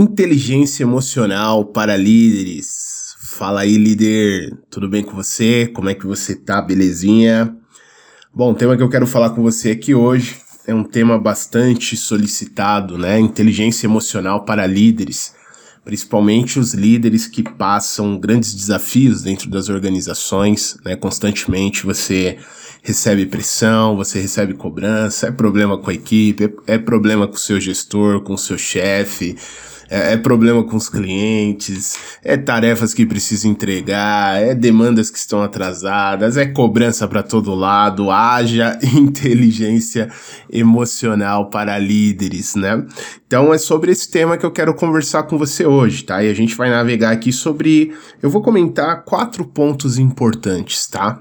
Inteligência emocional para líderes. Fala aí, líder. Tudo bem com você? Como é que você tá? Belezinha? Bom, o tema que eu quero falar com você aqui hoje é um tema bastante solicitado, né? Inteligência emocional para líderes. Principalmente os líderes que passam grandes desafios dentro das organizações, né? Constantemente você recebe pressão, você recebe cobrança, é problema com a equipe, é problema com o seu gestor, com o seu chefe, é problema com os clientes, é tarefas que precisa entregar, é demandas que estão atrasadas, é cobrança para todo lado. Haja inteligência emocional para líderes, né? Então é sobre esse tema que eu quero conversar com você hoje, tá? E a gente vai navegar aqui sobre... Eu vou comentar 4 pontos importantes, tá?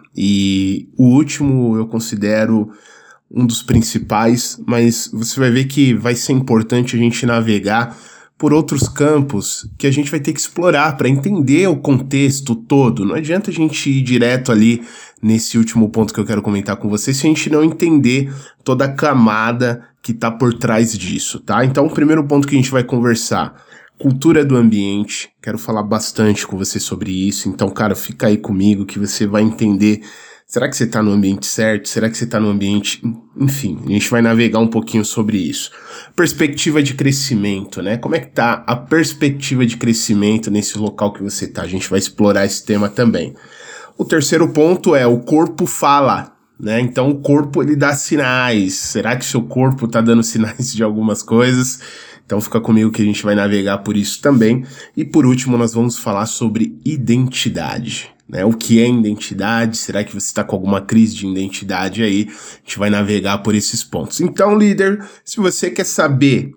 E o último eu considero um dos principais, mas você vai ver que vai ser importante a gente navegar por outros campos que a gente vai ter que explorar para entender o contexto todo. Não adianta a gente ir direto ali nesse último ponto que eu quero comentar com você se a gente não entender toda a camada que está por trás disso, tá? Então, o primeiro ponto que a gente vai conversar, cultura do ambiente. Quero falar bastante com você sobre isso. Então, cara, fica aí comigo que você vai entender. Será que você está no ambiente certo? Será que você está no ambiente... Enfim, a gente vai navegar um pouquinho sobre isso. Perspectiva de crescimento, né? Como é que tá a perspectiva de crescimento nesse local que você tá? A gente vai explorar esse tema também. O terceiro ponto é o corpo fala, né? Então o corpo ele dá sinais. Será que seu corpo tá dando sinais de algumas coisas? Então fica comigo que a gente vai navegar por isso também. E por último nós vamos falar sobre identidade. Né, o que é identidade? Será que você está com alguma crise de identidade aí? A gente vai navegar por esses pontos. Então, líder, se você quer saber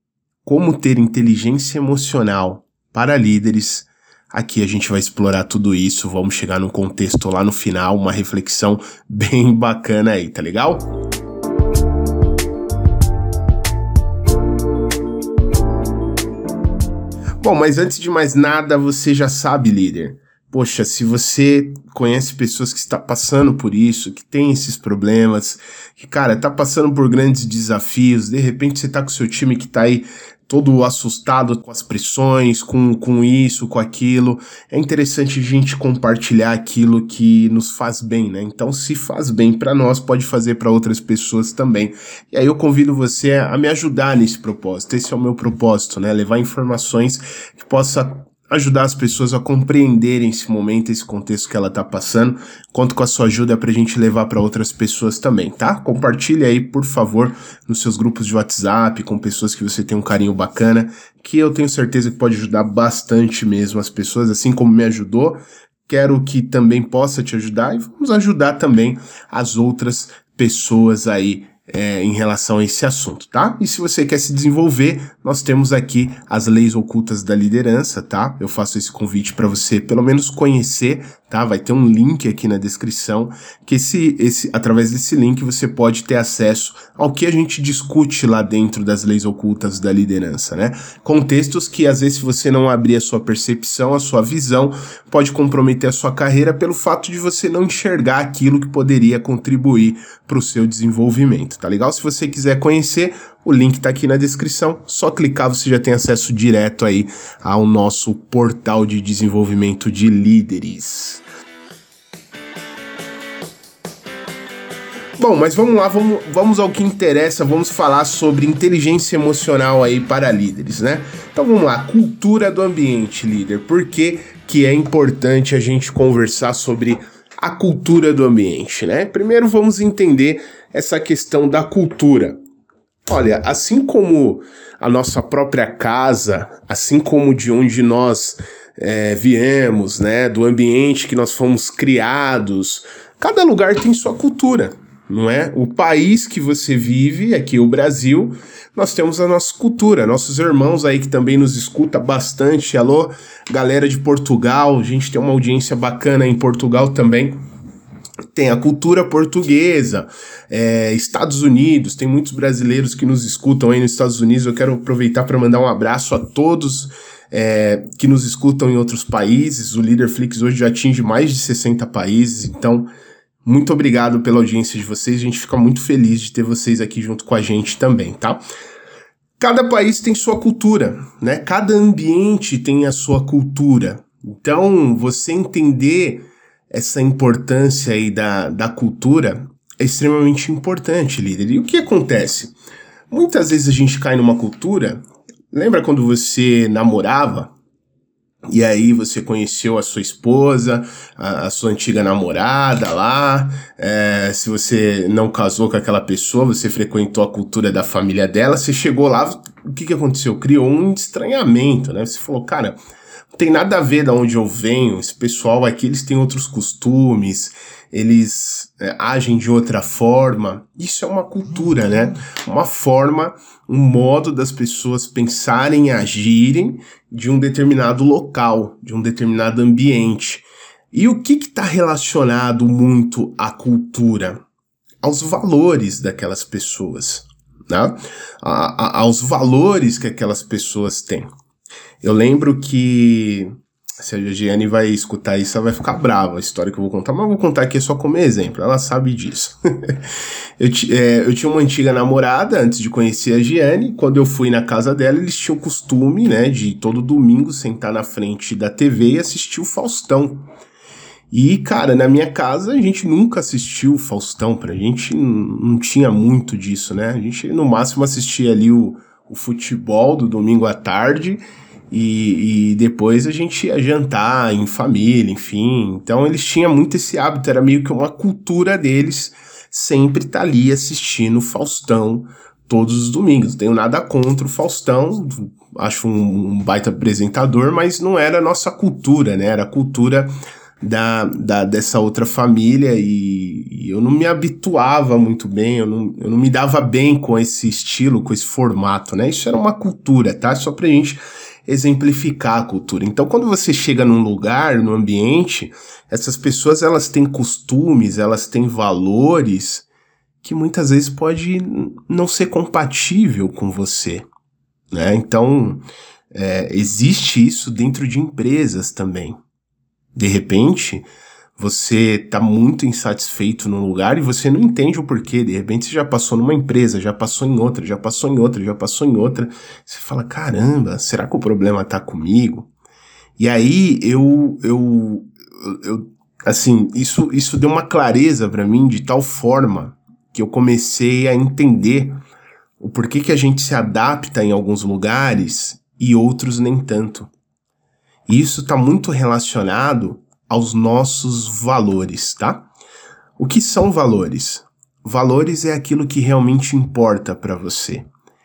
como ter inteligência emocional para líderes, aqui a gente vai explorar tudo isso. Vamos chegar num contexto lá no final, uma reflexão bem bacana aí, tá legal? Bom, mas antes de mais nada, você já sabe, líder. Poxa, se você conhece pessoas que estão passando por isso, que tem esses problemas, que, cara, tá passando por grandes desafios, de repente você tá com o seu time que tá aí todo assustado com as pressões, com isso, com aquilo, é interessante a gente compartilhar aquilo que nos faz bem, né? Então, se faz bem pra nós, pode fazer pra outras pessoas também. E aí eu convido você a me ajudar nesse propósito. Esse é o meu propósito, né? Levar informações que possa ajudar as pessoas a compreenderem esse momento, esse contexto que ela tá passando. Conto com a sua ajuda pra gente levar pra outras pessoas também, tá? Compartilhe aí, por favor, nos seus grupos de WhatsApp, com pessoas que você tem um carinho bacana, que eu tenho certeza que pode ajudar bastante mesmo as pessoas, assim como me ajudou. Quero que também possa te ajudar e vamos ajudar também as outras pessoas aí em relação a esse assunto, tá? E se você quer se desenvolver, nós temos aqui as leis ocultas da liderança, tá? Eu faço esse convite para você pelo menos conhecer, tá? Vai ter um link aqui na descrição, que através desse link você pode ter acesso ao que a gente discute lá dentro das leis ocultas da liderança, né? Contextos que às vezes se você não abrir a sua percepção, a sua visão, pode comprometer a sua carreira pelo fato de você não enxergar aquilo que poderia contribuir para o seu desenvolvimento, tá legal? Se você quiser conhecer, o link tá aqui na descrição, só clicar você já tem acesso direto aí ao nosso portal de desenvolvimento de líderes. Bom, mas vamos lá, vamos ao que interessa, vamos falar sobre inteligência emocional aí para líderes, né? Então vamos lá, cultura do ambiente, líder. Por que que é importante a gente conversar sobre a cultura do ambiente, né? Primeiro vamos entender essa questão da cultura. Olha, assim como a nossa própria casa, assim como de onde nós viemos, né, do ambiente que nós fomos criados, cada lugar tem sua cultura, não é? O país que você vive, aqui o Brasil, nós temos a nossa cultura, nossos irmãos aí que também nos escuta bastante. Alô, galera de Portugal, a gente tem uma audiência bacana em Portugal também. Tem a cultura portuguesa, Estados Unidos, tem muitos brasileiros que nos escutam aí nos Estados Unidos. Eu quero aproveitar para mandar um abraço a todos que nos escutam em outros países. O Leaderflix hoje já atinge mais de 60 países, então muito obrigado pela audiência de vocês. A gente fica muito feliz de ter vocês aqui junto com a gente também, tá? Cada país tem sua cultura, né? Cada ambiente tem a sua cultura. Então, você entender essa importância aí da cultura é extremamente importante, líder. E o que acontece? Muitas vezes a gente cai numa cultura. Lembra quando você namorava? E aí você conheceu a sua esposa, a sua antiga namorada lá, se você não casou com aquela pessoa, você frequentou a cultura da família dela, você chegou lá, o que aconteceu? Criou um estranhamento, né? Você falou, cara, não tem nada a ver de onde eu venho, esse pessoal aqui, eles têm outros costumes, eles agem de outra forma. Isso é uma cultura, né? Uma forma, um modo das pessoas pensarem e agirem de um determinado local, de um determinado ambiente. E o que está relacionado muito à cultura? Aos valores daquelas pessoas, né? Aos valores que aquelas pessoas têm. Eu lembro que, se a Giane vai escutar isso, ela vai ficar brava, a história que eu vou contar, mas eu vou contar aqui só como exemplo, ela sabe disso. Eu tinha uma antiga namorada antes de conhecer a Giane. Quando eu fui na casa dela, eles tinham o costume, né, de todo domingo sentar na frente da TV e assistir o Faustão. E, cara, na minha casa a gente nunca assistiu o Faustão, pra gente não tinha muito disso, né? A gente no máximo assistia ali o futebol do domingo à tarde e depois a gente ia jantar em família, enfim. Então eles tinham muito esse hábito, era meio que uma cultura deles sempre tá ali assistindo o Faustão todos os domingos. Não tenho nada contra o Faustão, acho um baita apresentador, mas não era a nossa cultura, né? Era a cultura dessa outra família e eu não me habituava muito bem, eu não me dava bem com esse estilo, com esse formato, né? Isso era uma cultura, tá? Só pra gente exemplificar a cultura. Então, quando você chega num lugar, num ambiente, essas pessoas, elas têm costumes, elas têm valores que muitas vezes pode não ser compatível com você, né? Então, existe isso dentro de empresas também. De repente, você tá muito insatisfeito num lugar e você não entende o porquê. De repente você já passou numa empresa, já passou em outra, já passou em outra, já passou em outra. Você fala, caramba, será que o problema tá comigo? E aí assim, isso deu uma clareza pra mim de tal forma que eu comecei a entender o porquê que a gente se adapta em alguns lugares e outros nem tanto. E isso está muito relacionado aos nossos valores, tá? O que são valores? Valores é aquilo que realmente importa para você.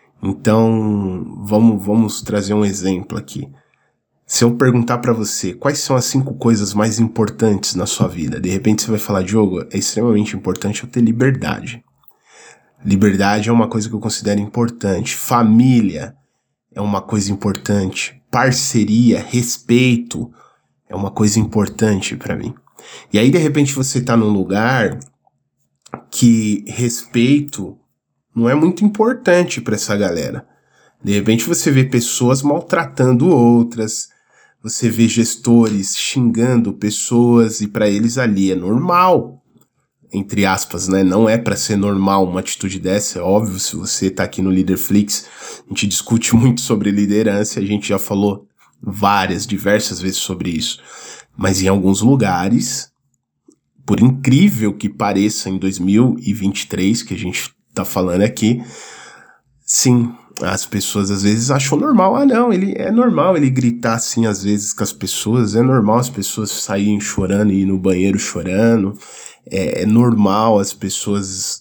Então, vamos trazer um exemplo aqui. Se eu perguntar para você quais são as 5 coisas mais importantes na sua vida, de repente você vai falar, Diogo, é extremamente importante eu ter liberdade. Liberdade é uma coisa que eu considero importante. Família é uma coisa importante. Parceria, respeito é uma coisa importante pra mim. E aí, de repente, você tá num lugar que respeito não é muito importante pra essa galera. De repente, você vê pessoas maltratando outras, você vê gestores xingando pessoas e pra eles ali é normal, entre aspas, né? Não é pra ser normal uma atitude dessa, é óbvio. Se você tá aqui no Leaderflix, a gente discute muito sobre liderança, a gente já falou diversas vezes sobre isso. Mas em alguns lugares, por incrível que pareça, em 2023, que a gente tá falando aqui, sim, as pessoas às vezes acham normal. Não, é normal ele gritar assim às vezes com as pessoas, é normal as pessoas saírem chorando e ir no banheiro chorando, é normal as pessoas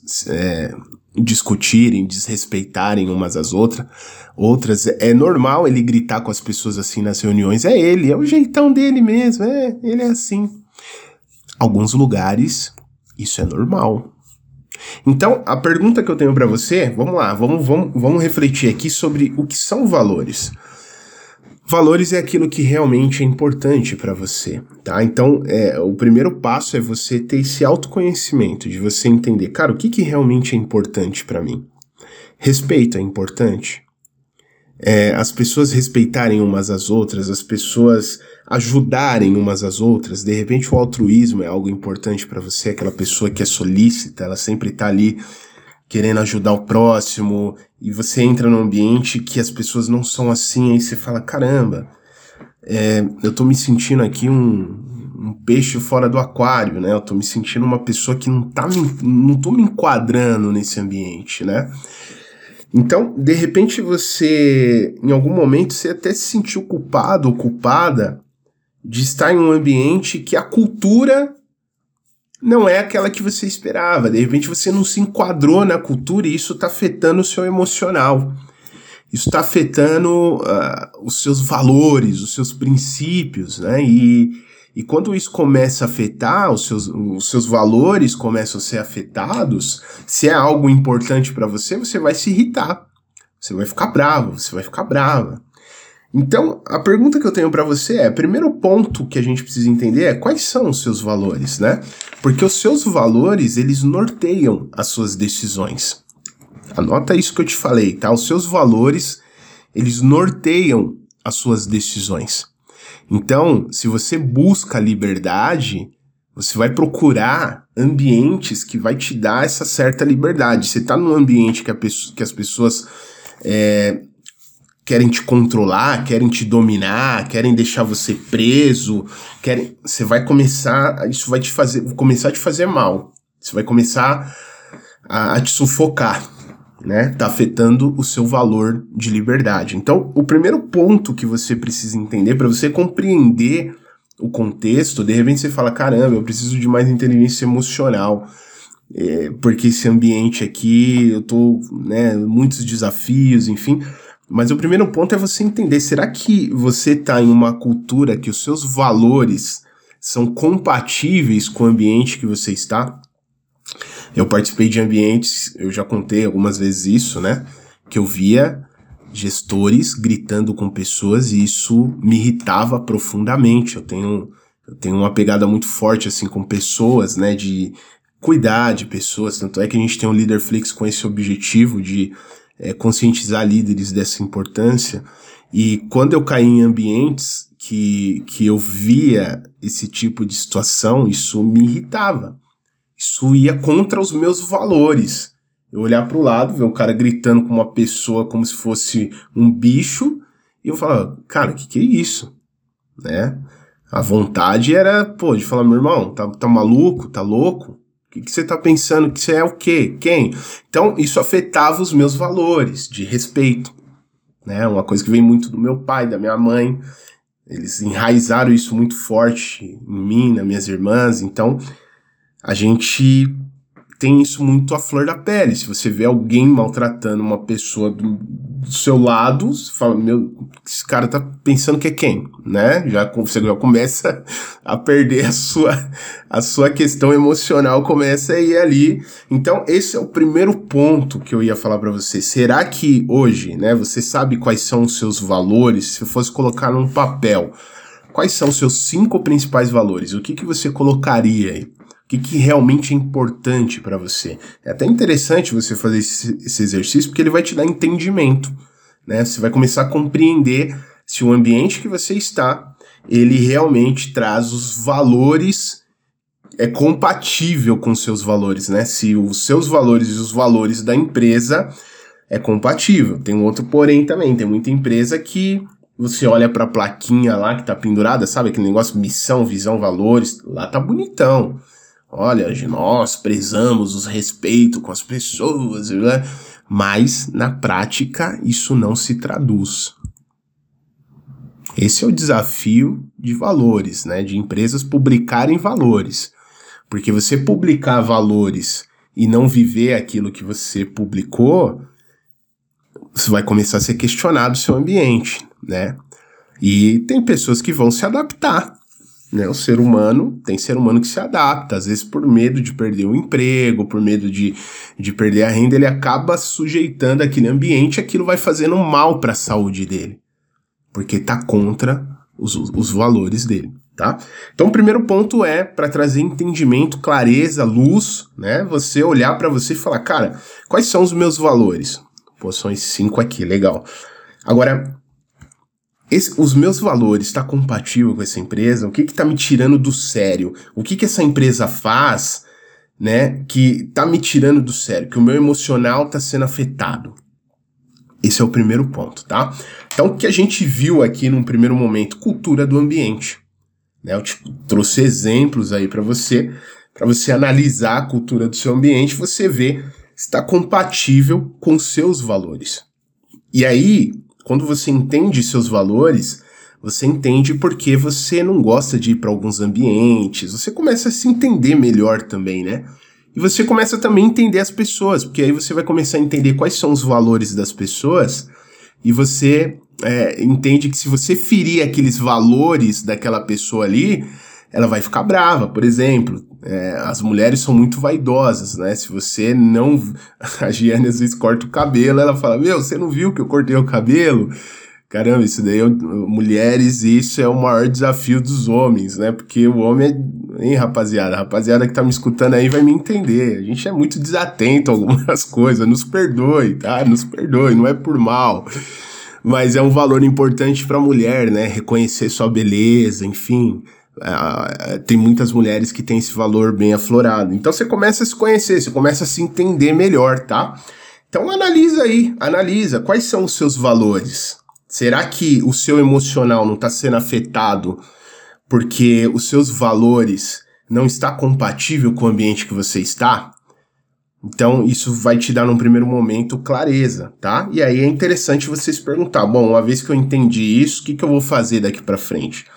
discutirem, desrespeitarem umas às outras, é normal ele gritar com as pessoas assim nas reuniões, é o jeitão dele mesmo, ele é assim. Alguns lugares isso é normal. Então, a pergunta que eu tenho pra você, vamos lá, vamos refletir aqui sobre o que são valores. Valores é aquilo que realmente é importante pra você, tá? Então, o primeiro passo é você ter esse autoconhecimento, de você entender, cara, o que realmente é importante pra mim? Respeito é importante? As pessoas respeitarem umas às outras, as pessoas ajudarem umas às outras, de repente o altruísmo é algo importante pra você, aquela pessoa que é solícita, ela sempre tá ali querendo ajudar o próximo e você entra num ambiente que as pessoas não são assim, aí você fala, caramba, eu tô me sentindo aqui um peixe fora do aquário, né? Eu tô me sentindo uma pessoa que não tô me enquadrando nesse ambiente, né? Então, de repente você, em algum momento, você até se sentiu culpado ou culpada de estar em um ambiente que a cultura não é aquela que você esperava. De repente você não se enquadrou na cultura e isso está afetando o seu emocional. Isso está afetando os seus valores, os seus princípios, né? E quando isso começa a afetar, os seus valores começam a ser afetados, se é algo importante para você, você vai se irritar. Você vai ficar bravo, você vai ficar brava. Então, a pergunta que eu tenho para você é, primeiro ponto que a gente precisa entender é quais são os seus valores, né? Porque os seus valores, eles norteiam as suas decisões. Anota isso que eu te falei, tá? Os seus valores, eles norteiam as suas decisões. Então, se você busca liberdade, você vai procurar ambientes que vai te dar essa certa liberdade. Você tá num ambiente que as pessoas querem te controlar, querem te dominar, querem deixar você preso, você vai começar, isso vai começar a te fazer mal. Você vai começar a te sufocar, né? Tá afetando o seu valor de liberdade. Então, o primeiro ponto que você precisa entender, para você compreender o contexto, de repente você fala, caramba, eu preciso de mais inteligência emocional, porque esse ambiente aqui, eu tô, né, muitos desafios, enfim. Mas o primeiro ponto é você entender, será que você está em uma cultura que os seus valores são compatíveis com o ambiente que você está? Eu participei de ambientes, eu já contei algumas vezes isso, né? Que eu via gestores gritando com pessoas e isso me irritava profundamente. Eu tenho uma pegada muito forte, assim, com pessoas, né? De cuidar de pessoas. Tanto é que a gente tem um Leaderflix com esse objetivo de conscientizar líderes dessa importância. E quando eu caí em ambientes que eu via esse tipo de situação, isso me irritava. Isso ia contra os meus valores. Eu olhar para o lado, ver um cara gritando com uma pessoa como se fosse um bicho, e eu falava, cara, que é isso? Né? A vontade era, de falar, meu irmão, tá maluco, tá louco? O que você tá pensando que você é o quê? Quem? Então, isso afetava os meus valores de respeito, né? Uma coisa que vem muito do meu pai, da minha mãe. Eles enraizaram isso muito forte em mim, nas minhas irmãs. Então, a gente tem isso muito à flor da pele. Se você vê alguém maltratando uma pessoa do seu lado, você fala, esse cara tá pensando que é quem, né? Você já começa a perder a sua questão emocional, começa a ir ali. Então, esse é o primeiro ponto que eu ia falar pra você. Será que hoje, né, você sabe quais são os seus valores? Se eu fosse colocar num papel, quais são os seus 5 principais valores? O que você colocaria aí? O que realmente é importante para você? É até interessante você fazer esse exercício, porque ele vai te dar entendimento, né? Você vai começar a compreender se o ambiente que você está, ele realmente traz os valores, é compatível com os seus valores, né? Se os seus valores e os valores da empresa é compatível. Tem um outro porém também, tem muita empresa que você olha pra plaquinha lá que tá pendurada, sabe? Aquele negócio missão, visão, valores, lá tá bonitão. Olha, nós prezamos os respeito com as pessoas, né? Mas na prática isso não se traduz. Esse é o desafio de valores, né? De empresas publicarem valores. Porque você publicar valores e não viver aquilo que você publicou, você vai começar a ser questionado o seu ambiente, né? E tem pessoas que vão se adaptar. Né, tem ser humano que se adapta, às vezes por medo de perder o emprego, por medo de perder a renda, ele acaba sujeitando aquele ambiente, aquilo vai fazendo mal para a saúde dele, porque tá contra os valores dele, tá? Então o primeiro ponto é para trazer entendimento, clareza, luz, né? Você olhar para você e falar, cara, quais são os meus valores? Pô, são esses 5 aqui, legal. Agora, os meus valores estão compatíveis com essa empresa? O que está me tirando do sério? O que essa empresa faz, né, que está me tirando do sério? Que o meu emocional está sendo afetado? Esse é o primeiro ponto, tá? Então, o que a gente viu aqui num primeiro momento? Cultura do ambiente, né? Eu te trouxe exemplos aí para você analisar a cultura do seu ambiente, você vê se está compatível com seus valores. E aí, quando você entende seus valores, você entende por que você não gosta de ir para alguns ambientes, você começa a se entender melhor também, né? E você começa também a entender as pessoas, porque aí você vai começar a entender quais são os valores das pessoas e você entende que se você ferir aqueles valores daquela pessoa ali, ela vai ficar brava. Por exemplo, as mulheres são muito vaidosas, né? Se você não... A Giane às vezes corta o cabelo, ela fala, meu, você não viu que eu cortei o cabelo? Caramba, isso daí, mulheres, isso é o maior desafio dos homens, né? Porque o homem hein, rapaziada? A rapaziada que tá me escutando aí vai me entender. A gente é muito desatento a algumas coisas, nos perdoe, tá? Nos perdoe, não é por mal. Mas é um valor importante pra mulher, né? Reconhecer sua beleza, enfim. Tem muitas mulheres que têm esse valor bem aflorado. Então você começa a se conhecer, você começa a se entender melhor, tá? Então analisa quais são os seus valores. Será que o seu emocional não está sendo afetado porque os seus valores não está compatível com o ambiente que você está? Então, isso vai te dar, num primeiro momento, clareza, tá? E aí é interessante você se perguntar, bom, uma vez que eu entendi isso, o que eu vou fazer daqui para frente?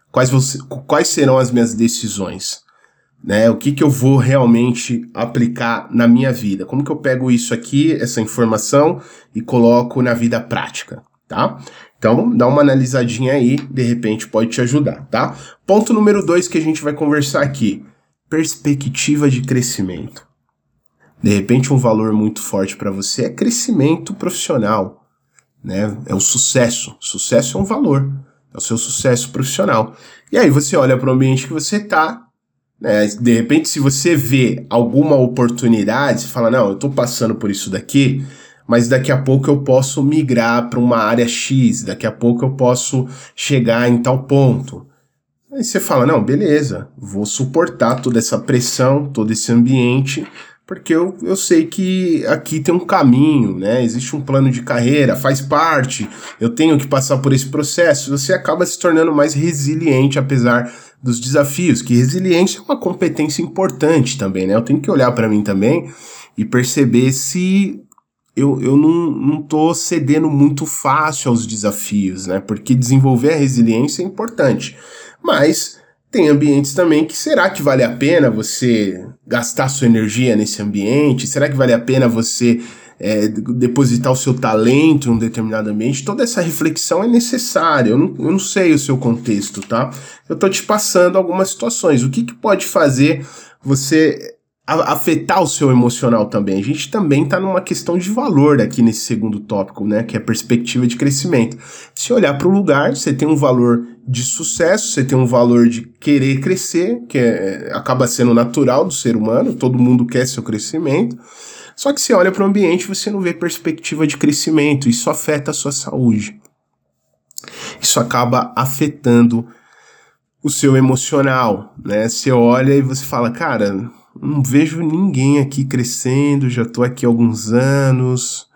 Quais serão as minhas decisões? Né? O que eu vou realmente aplicar na minha vida? Como que eu pego isso aqui, essa informação, e coloco na vida prática? Tá? Então, dá uma analisadinha aí, de repente pode te ajudar, tá? Ponto número 2 que a gente vai conversar aqui, perspectiva de crescimento. De repente um valor muito forte para você é crescimento profissional, né? É o sucesso. Sucesso é um valor, é o seu sucesso profissional. E aí você olha para o ambiente que você tá, né? De repente se você vê alguma oportunidade, você fala, não, eu tô passando por isso daqui, mas daqui a pouco eu posso migrar para uma área X, daqui a pouco eu posso chegar em tal ponto. Aí você fala, não, beleza, vou suportar toda essa pressão, todo esse ambiente, porque eu sei que aqui tem um caminho, né? Existe um plano de carreira, faz parte, eu tenho que passar por esse processo. Você acaba se tornando mais resiliente, apesar dos desafios, que resiliência é uma competência importante também, né? Eu tenho que olhar para mim também e perceber se eu não tô cedendo muito fácil aos desafios, né? Porque desenvolver a resiliência é importante. Mas tem ambientes também que será que vale a pena você gastar sua energia nesse ambiente? Será que vale a pena você depositar o seu talento em um determinado ambiente? Toda essa reflexão é necessária. Eu não sei o seu contexto, tá? Eu tô te passando algumas situações. O que pode fazer você afetar o seu emocional também? A gente também tá numa questão de valor aqui nesse segundo tópico, né, que é a perspectiva de crescimento. Se olhar para o lugar, você tem um valor de sucesso, você tem um valor de querer crescer, que acaba sendo natural do ser humano, todo mundo quer seu crescimento, só que você olha para o ambiente, você não vê perspectiva de crescimento, isso afeta a sua saúde. Isso acaba afetando o seu emocional, né? Você olha e você fala, cara, não vejo ninguém aqui crescendo, já tô aqui há alguns anos,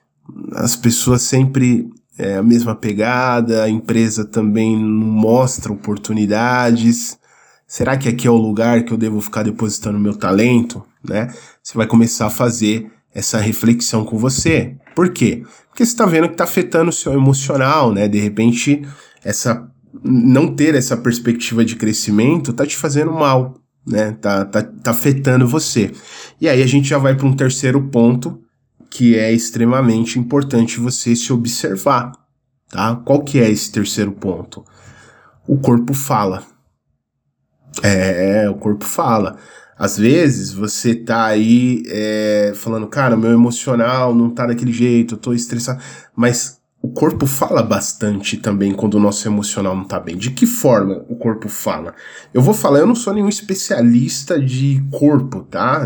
as pessoas sempre a mesma pegada, a empresa também não mostra oportunidades, será que aqui é o lugar que eu devo ficar depositando meu talento, né? Você vai começar a fazer essa reflexão com você. Por quê? Porque você tá vendo que tá afetando o seu emocional, né? De repente, não ter essa perspectiva de crescimento tá te fazendo mal, né? Tá afetando você. E aí a gente já vai para um terceiro ponto que é extremamente importante você se observar, tá? Qual que é esse terceiro ponto? O corpo fala. O corpo fala. Às vezes você tá aí falando, cara, meu emocional não tá daquele jeito, eu tô estressado, mas o corpo fala bastante também quando o nosso emocional não tá bem. De que forma o corpo fala? Eu vou falar, eu não sou nenhum especialista de corpo, tá?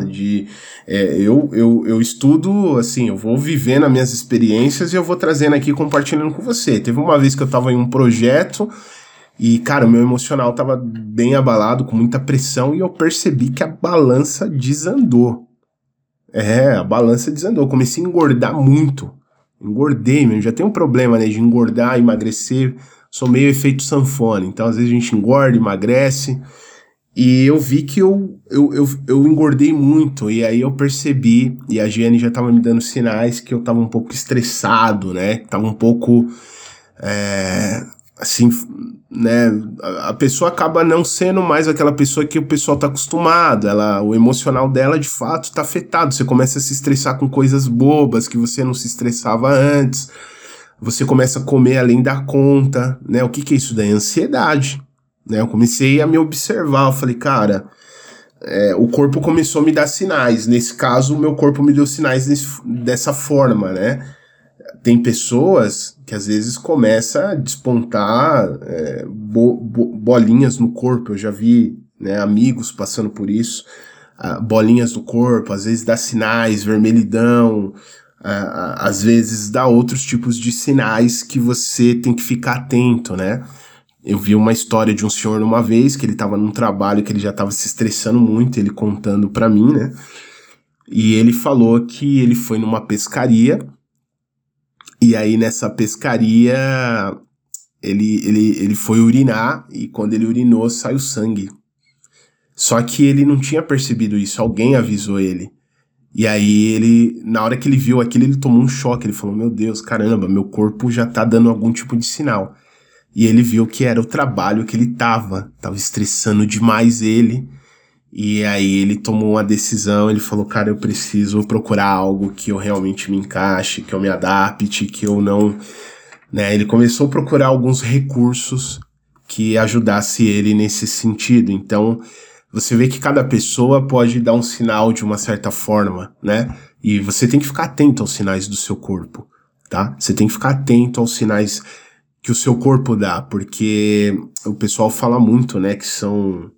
Eu estudo, assim, eu vou vivendo as minhas experiências e eu vou trazendo aqui, compartilhando com você. Teve uma vez que eu tava em um projeto e, cara, o meu emocional tava bem abalado, com muita pressão, e eu percebi que a balança desandou. A balança desandou, eu comecei a engordar muito. engordei mesmo, já tenho um problema, né, de engordar, emagrecer, sou meio efeito sanfona, então às vezes a gente engorda, emagrece, e eu vi que eu engordei muito, e aí eu percebi, e a Giane já tava me dando sinais que eu tava um pouco estressado, né, tava um pouco, assim, né, a pessoa acaba não sendo mais aquela pessoa que o pessoal tá acostumado, o emocional dela de fato tá afetado, você começa a se estressar com coisas bobas que você não se estressava antes, você começa a comer além da conta, né, o que que é isso daí? Ansiedade, né, eu comecei a me observar, eu falei, cara, o corpo começou a me dar sinais, nesse caso o meu corpo me deu sinais dessa forma, né, tem pessoas que às vezes começa a despontar bolinhas no corpo. Eu já vi, né, amigos passando por isso, bolinhas no corpo, às vezes dá sinais, vermelhidão, às vezes dá outros tipos de sinais que você tem que ficar atento, né? Eu vi uma história de um senhor uma vez, que ele estava num trabalho que ele já estava se estressando muito, ele contando pra mim, né? E ele falou que ele foi numa pescaria, e aí nessa pescaria ele foi urinar e quando ele urinou saiu sangue. Só que ele não tinha percebido isso, alguém avisou ele. E aí na hora que ele viu aquilo, ele tomou um choque, ele falou, meu Deus, caramba, meu corpo já tá dando algum tipo de sinal. E ele viu que era o trabalho que ele tava estressando demais ele. E aí ele tomou uma decisão, ele falou, cara, eu preciso procurar algo que eu realmente me encaixe, que eu me adapte, que eu não... Né? Ele começou a procurar alguns recursos que ajudasse ele nesse sentido. Então, você vê que cada pessoa pode dar um sinal de uma certa forma, né? E você tem que ficar atento aos sinais do seu corpo, tá? Você tem que ficar atento aos sinais que o seu corpo dá, porque o pessoal fala muito, né, que são...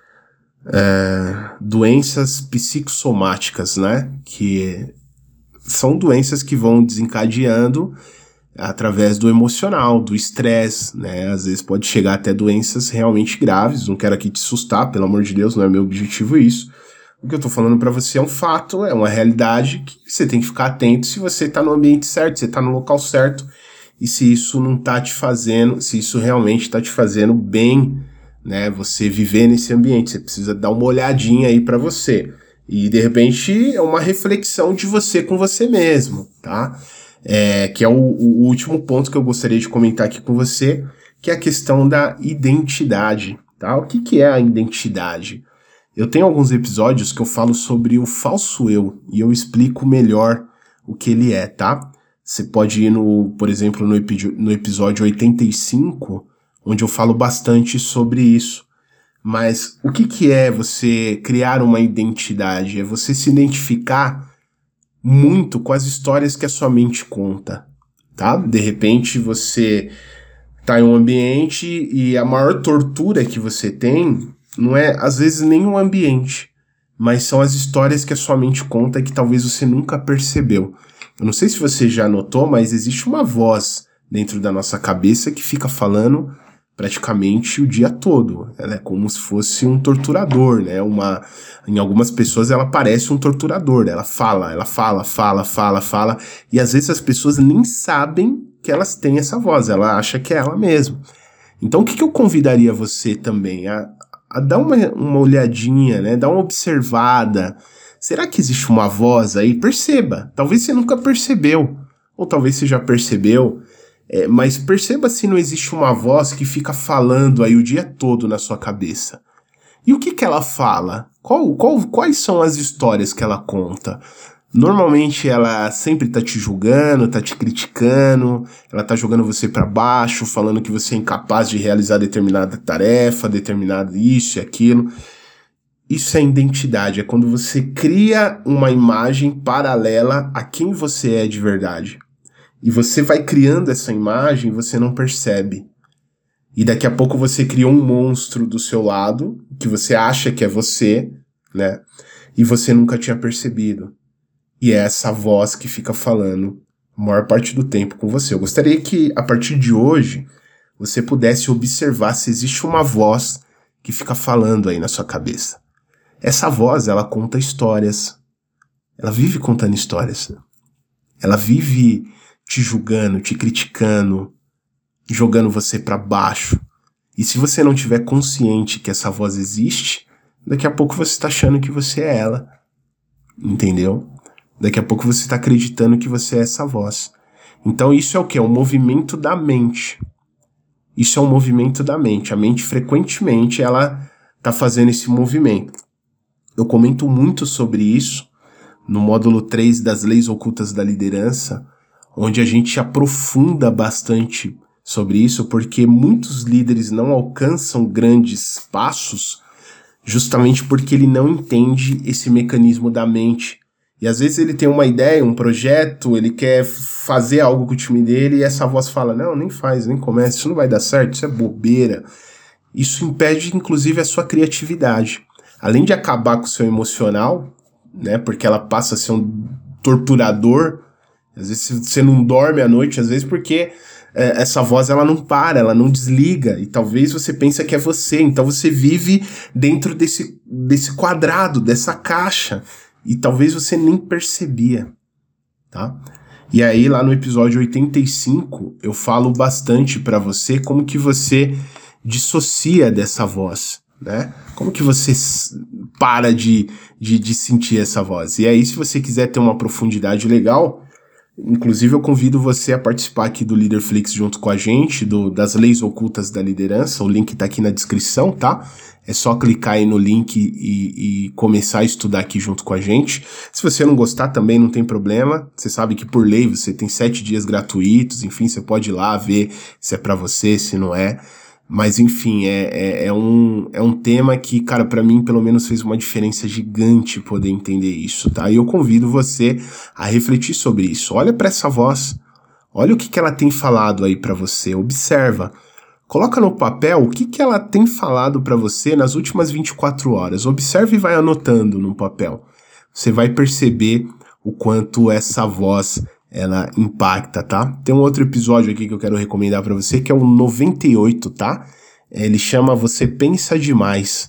doenças psicossomáticas, né? Que são doenças que vão desencadeando através do emocional, do estresse, né? Às vezes pode chegar até doenças realmente graves. Não quero aqui te assustar, pelo amor de Deus, não é meu objetivo isso. O que eu tô falando pra você é um fato, é uma realidade que você tem que ficar atento se você tá no ambiente certo, você tá no local certo, e se isso não tá te fazendo, se isso realmente tá te fazendo bem, né, você viver nesse ambiente, você precisa dar uma olhadinha aí pra você, e de repente é uma reflexão de você com você mesmo, tá? Que é o último ponto que eu gostaria de comentar aqui com você, que é a questão da identidade, tá? O que que é a identidade? Eu tenho alguns episódios que eu falo sobre o falso eu, e eu explico melhor o que ele é, tá? Você pode ir por exemplo, no episódio 85, onde eu falo bastante sobre isso. Mas o que que é você criar uma identidade? É você se identificar muito com as histórias que a sua mente conta, tá? De repente você tá em um ambiente e a maior tortura que você tem não é, às vezes, nem o ambiente, mas são as histórias que a sua mente conta e que talvez você nunca percebeu. Eu não sei se você já notou, mas existe uma voz dentro da nossa cabeça que fica falando praticamente o dia todo. Ela é como se fosse um torturador, né? Em algumas pessoas ela parece um torturador. Ela fala, e às vezes as pessoas nem sabem que elas têm essa voz, ela acha que é ela mesma. Então o que eu convidaria você também? A dar uma olhadinha, né? Dar uma observada. Será que existe uma voz aí? Perceba. Talvez você nunca percebeu. Ou talvez você já percebeu. Mas perceba se não existe uma voz que fica falando aí o dia todo na sua cabeça. E o que que ela fala? Quais são as histórias que ela conta? Normalmente ela sempre tá te julgando, tá te criticando, ela tá jogando você pra baixo, falando que você é incapaz de realizar determinada tarefa, determinado isso e aquilo. Isso é identidade, é quando você cria uma imagem paralela a quem você é de verdade. E você vai criando essa imagem e você não percebe. E daqui a pouco você cria um monstro do seu lado, que você acha que é você, né? E você nunca tinha percebido. E é essa voz que fica falando a maior parte do tempo com você. Eu gostaria que, a partir de hoje, você pudesse observar se existe uma voz que fica falando aí na sua cabeça. Essa voz, ela conta histórias. Ela vive contando histórias. Ela vive te julgando, te criticando, jogando você para baixo. E se você não tiver consciente que essa voz existe, daqui a pouco você tá achando que você é ela. Entendeu? Daqui a pouco você tá acreditando que você é essa voz. Então isso é o quê? É um movimento da mente. Isso é um movimento da mente. A mente, frequentemente, ela tá fazendo esse movimento. Eu comento muito sobre isso no módulo 3 das Leis Ocultas da Liderança, onde a gente aprofunda bastante sobre isso, porque muitos líderes não alcançam grandes passos justamente porque ele não entende esse mecanismo da mente. E às vezes ele tem uma ideia, um projeto, ele quer fazer algo com o time dele e essa voz fala, não, nem faz, nem começa, isso não vai dar certo, isso é bobeira. Isso impede, inclusive, a sua criatividade. Além de acabar com o seu emocional, né, porque ela passa a ser um torturador, às vezes você não dorme à noite, às vezes porque essa voz ela não para, ela não desliga, e talvez você pense que é você, então você vive dentro desse quadrado, dessa caixa, e talvez você nem percebia, tá? E aí lá no episódio 85 eu falo bastante pra você como que você dissocia dessa voz, né? Como que você para de sentir essa voz? E aí se você quiser ter uma profundidade legal, inclusive eu convido você a participar aqui do Leaderflix junto com a gente, das Leis Ocultas da Liderança, o link tá aqui na descrição, tá? É só clicar aí no link e começar a estudar aqui junto com a gente. Se você não gostar também não tem problema, você sabe que por lei você tem 7 dias gratuitos, enfim, você pode ir lá ver se é pra você, se não é. Mas enfim, é um tema que, cara, pra mim pelo menos fez uma diferença gigante poder entender isso, tá? E eu convido você a refletir sobre isso. Olha pra essa voz, olha o que ela tem falado aí pra você, observa. Coloca no papel o que ela tem falado pra você nas últimas 24 horas. Observe e vai anotando no papel. Você vai perceber o quanto essa voz ela impacta, tá? Tem um outro episódio aqui que eu quero recomendar pra você, que é o 98, tá? Ele chama Você Pensa Demais.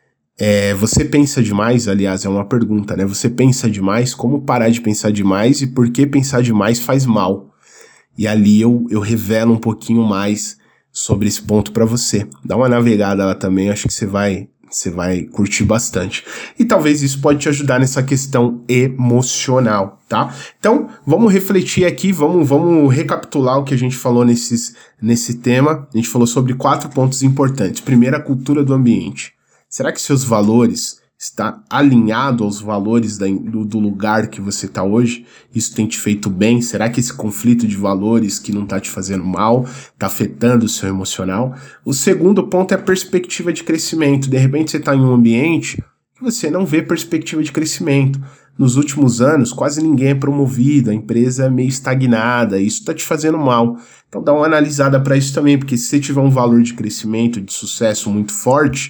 Você pensa demais, aliás, é uma pergunta, né? Você pensa demais, como parar de pensar demais e por que pensar demais faz mal? E ali eu revelo um pouquinho mais sobre esse ponto pra você. Dá uma navegada lá também, acho que você vai curtir bastante. E talvez isso pode te ajudar nessa questão emocional, tá? Então, vamos refletir aqui, vamos recapitular o que a gente falou nesse tema. A gente falou sobre 4 pontos importantes. Primeiro, a cultura do ambiente. Será que seus valores está alinhado aos valores do lugar que você está hoje? Isso tem te feito bem? Será que esse conflito de valores que não está te fazendo mal está afetando o seu emocional? O segundo ponto é a perspectiva de crescimento. De repente você está em um ambiente que você não vê perspectiva de crescimento. Nos últimos anos, quase ninguém é promovido, a empresa é meio estagnada, isso está te fazendo mal. Então dá uma analisada para isso também, porque se você tiver um valor de crescimento, de sucesso muito forte,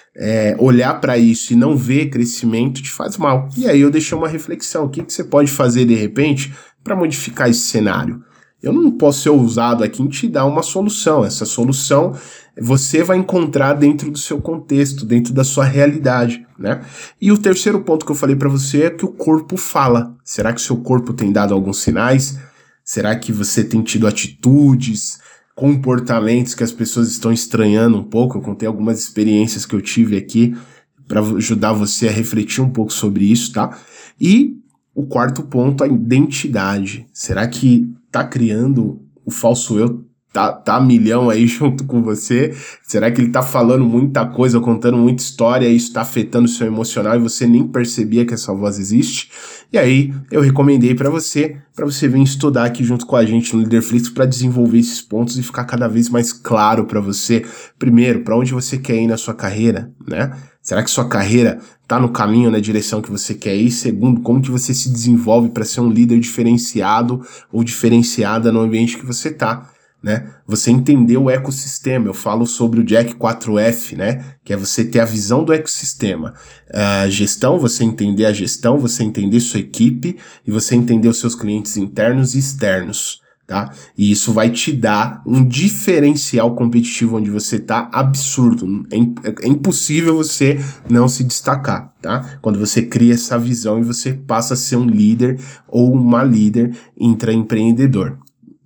olhar para isso e não ver crescimento te faz mal. E aí eu deixei uma reflexão, o que você pode fazer de repente para modificar esse cenário? Eu não posso ser ousado aqui em te dar uma solução, essa solução você vai encontrar dentro do seu contexto, dentro da sua realidade, né? E o terceiro ponto que eu falei para você é que o corpo fala. Será que o seu corpo tem dado alguns sinais? Será que você tem tido atitudes, comportamentos que as pessoas estão estranhando um pouco? Eu contei algumas experiências que eu tive aqui para ajudar você a refletir um pouco sobre isso, tá? E o quarto ponto, a identidade. Será que tá criando o falso eu, tá a milhão aí junto com você? Será que ele tá falando muita coisa, contando muita história e isso tá afetando o seu emocional e você nem percebia que essa voz existe? E aí eu recomendei para você vir estudar aqui junto com a gente no Leaderflix para desenvolver esses pontos e ficar cada vez mais claro para você, primeiro, para onde você quer ir na sua carreira, né? Será que sua carreira tá no caminho, na direção que você quer ir? Segundo, como que você se desenvolve para ser um líder diferenciado ou diferenciada no ambiente que você tá, né? Você entender o ecossistema. Eu falo sobre o Jack 4F, né? Que é você ter a visão do ecossistema. A gestão, você entender a gestão, você entender sua equipe e você entender os seus clientes internos e externos, tá? E isso vai te dar um diferencial competitivo onde você tá absurdo. É impossível você não se destacar, tá? Quando você cria essa visão e você passa a ser um líder ou uma líder intraempreendedor.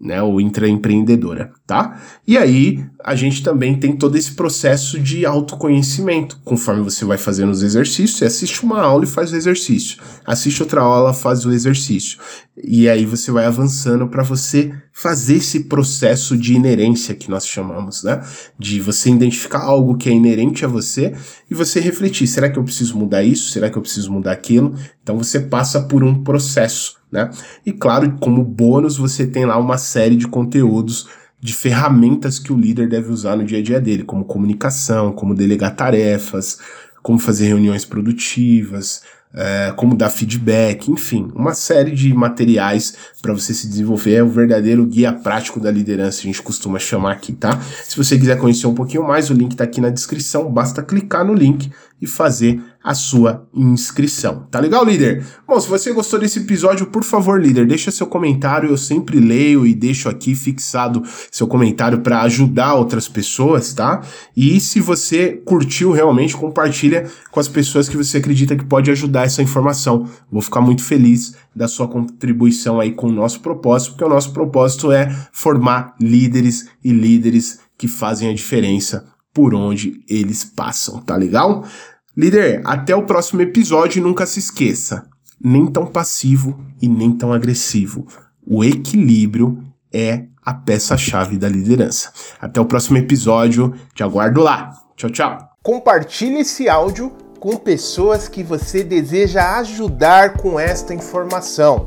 né, ou intraempreendedora, tá? E aí, a gente também tem todo esse processo de autoconhecimento. Conforme você vai fazendo os exercícios, você assiste uma aula e faz o exercício. Assiste outra aula, faz o exercício. E aí você vai avançando para você fazer esse processo de inerência que nós chamamos, né? De você identificar algo que é inerente a você e você refletir, será que eu preciso mudar isso? Será que eu preciso mudar aquilo? Então você passa por um processo, né? E claro, como bônus, você tem lá uma série de conteúdos, de ferramentas que o líder deve usar no dia a dia dele, como comunicação, como delegar tarefas, como fazer reuniões produtivas, como dar feedback, enfim, uma série de materiais para você se desenvolver. É o verdadeiro guia prático da liderança, a gente costuma chamar aqui, tá? Se você quiser conhecer um pouquinho mais, o link tá aqui na descrição, basta clicar no link e fazer a sua inscrição. Tá legal, líder? Bom, se você gostou desse episódio, por favor, líder, deixa seu comentário, eu sempre leio e deixo aqui fixado seu comentário para ajudar outras pessoas, tá? E se você curtiu realmente, compartilha com as pessoas que você acredita que pode ajudar essa informação. Vou ficar muito feliz da sua contribuição aí com o nosso propósito, porque o nosso propósito é formar líderes e líderes que fazem a diferença por onde eles passam, tá legal? Líder, até o próximo episódio e nunca se esqueça, nem tão passivo e nem tão agressivo. O equilíbrio é a peça-chave da liderança. Até o próximo episódio, te aguardo lá. Tchau, tchau. Compartilhe esse áudio com pessoas que você deseja ajudar com esta informação.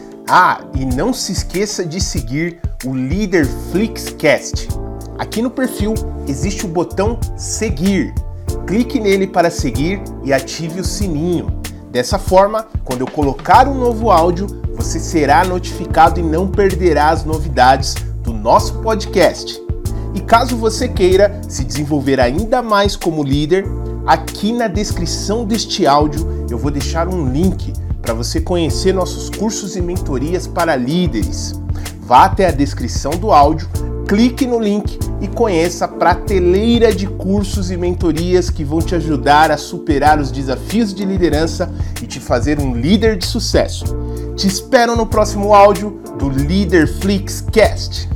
E não se esqueça de seguir o Líder Flixcast. Aqui no perfil existe o botão seguir. Clique nele para seguir e ative o sininho. Dessa forma, quando eu colocar um novo áudio, você será notificado e não perderá as novidades do nosso podcast. E caso você queira se desenvolver ainda mais como líder, aqui na descrição deste áudio eu vou deixar um link para você conhecer nossos cursos e mentorias para líderes. Vá até a descrição do áudio, clique no link e conheça a prateleira de cursos e mentorias que vão te ajudar a superar os desafios de liderança e te fazer um líder de sucesso. Te espero no próximo áudio do Líder Flixcast.